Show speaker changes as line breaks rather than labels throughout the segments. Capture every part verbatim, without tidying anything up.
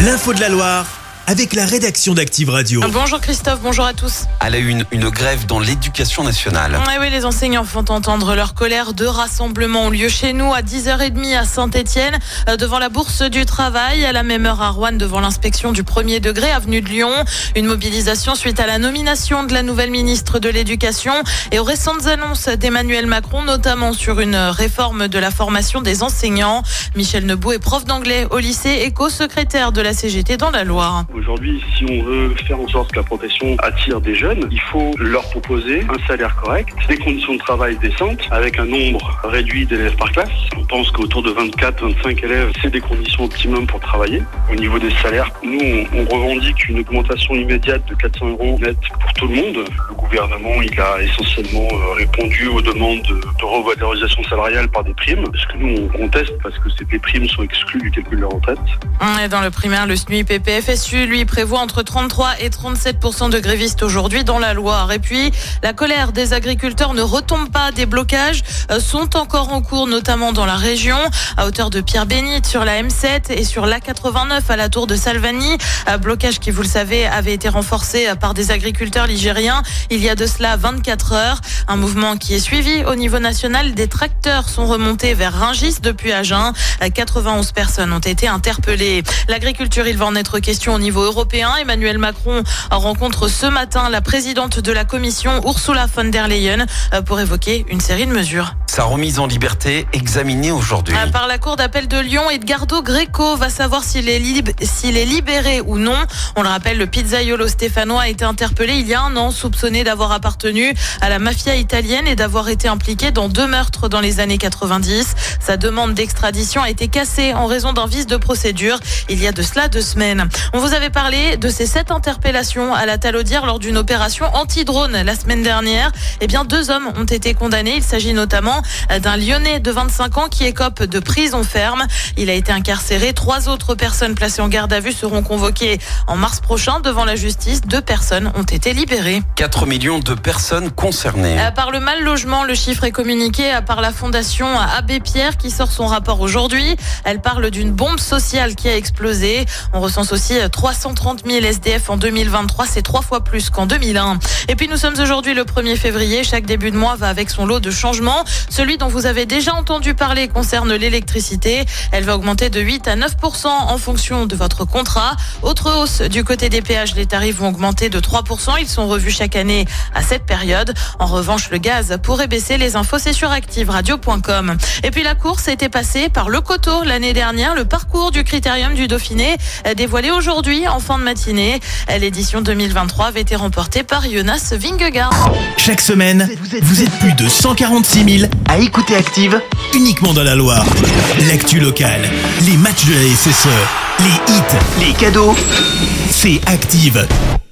L'info de la Loire avec la rédaction d'Active Radio.
Bonjour Christophe, bonjour à tous.
À la une, une grève dans l'éducation nationale.
Ouais, oui, les enseignants font entendre leur colère. Deux rassemblements ont lieu chez nous à dix heures trente à Saint-Etienne, devant la Bourse du Travail, à la même heure à Rouen, devant l'inspection du premier degré, avenue de Lyon. Une mobilisation suite à la nomination de la nouvelle ministre de l'Éducation et aux récentes annonces d'Emmanuel Macron, notamment sur une réforme de la formation des enseignants. Michel Nebaud est prof d'anglais au lycée et co-secrétaire de la C G T dans la Loire.
Aujourd'hui, si on veut faire en sorte que la profession attire des jeunes, il faut leur proposer un salaire correct, des conditions de travail décentes, avec un nombre réduit d'élèves par classe. On pense qu'autour de vingt-quatre à vingt-cinq élèves, c'est des conditions optimum pour travailler. Au niveau des salaires, nous, on, on revendique une augmentation immédiate de quatre cents euros net pour tout le monde. Le gouvernement, il a essentiellement répondu aux demandes de, de revalorisation salariale par des primes, ce que nous, on conteste parce que ces primes sont exclues du calcul de la retraite.
Et dans le primaire, le S N U I P P F S U, lui, prévoit entre trente-trois et trente-sept pour cent de grévistes aujourd'hui dans la Loire. Et puis, la colère des agriculteurs ne retombe pas. Des blocages sont encore en cours, notamment dans la région, à hauteur de Pierre-Bénite, sur la M sept et sur l'A quatre-vingt-neuf à la tour de Salvani. Un blocage qui, vous le savez, avait été renforcé par des agriculteurs ligériens il y a de cela vingt-quatre heures. Un mouvement qui est suivi au niveau national. Des tracteurs sont remontés vers Rungis depuis Agen. quatre-vingt-onze personnes ont été interpellées. L'agriculture, il va en être question au niveau européen. Emmanuel Macron rencontre ce matin la présidente de la Commission, Ursula von der Leyen, pour évoquer une série de mesures.
Sa remise en liberté examinée aujourd'hui.
Par la Cour d'appel de Lyon, Edgardo Greco va savoir s'il est, lib- s'il est libéré ou non. On le rappelle, le pizzaiolo stéphanois a été interpellé il y a un an, soupçonné d'avoir appartenu à la mafia italienne et d'avoir été impliqué dans deux meurtres dans les années quatre-vingt-dix. Sa demande d'extradition a été cassée en raison d'un vice de procédure il y a de cela deux semaines. On vous avait parlé de ces sept interpellations à la Talaudière lors d'une opération anti-drone la semaine dernière. Eh bien, deux hommes ont été condamnés. Il s'agit notamment d'un Lyonnais de vingt-cinq ans qui écope de prison ferme. Il a été incarcéré. Trois autres personnes placées en garde à vue seront convoquées en mars prochain devant la justice. Deux personnes ont été libérées.
quatre millions de personnes concernées.
Par le mal logement, le chiffre est communiqué par la fondation Abbé Pierre qui sort son rapport aujourd'hui. Elle parle d'une bombe sociale qui a explosé. On recense aussi trois cent trente mille S D F en deux mille vingt-trois, c'est trois fois plus qu'en deux mille un. Et puis nous sommes aujourd'hui le premier février. Chaque début de mois va avec son lot de changements. Celui dont vous avez déjà entendu parler concerne l'électricité. Elle va augmenter de huit à neuf pour cent en fonction de votre contrat. Autre hausse du côté des péages, les tarifs vont augmenter de trois pour cent. Ils sont revus chaque année à cette période. En revanche, le gaz pourrait baisser. Les infos, c'est sur active radio point com. Et puis la course a été passée par le Coteau l'année dernière. Le parcours du Critérium du Dauphiné dévoilé aujourd'hui en fin de matinée. L'édition deux mille vingt-trois avait été remportée par Jonas Vingegaard.
Chaque semaine, vous êtes plus de cent quarante-six mille à écouter Active uniquement dans la Loire. L'actu locale, les matchs de la S S E, les hits, les cadeaux, c'est Active.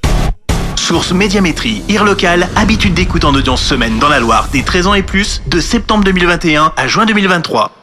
Source Médiamétrie, I R local, habitude d'écoute en audience semaine dans la Loire des treize ans et plus, de septembre deux mille vingt et un à juin deux mille vingt-trois.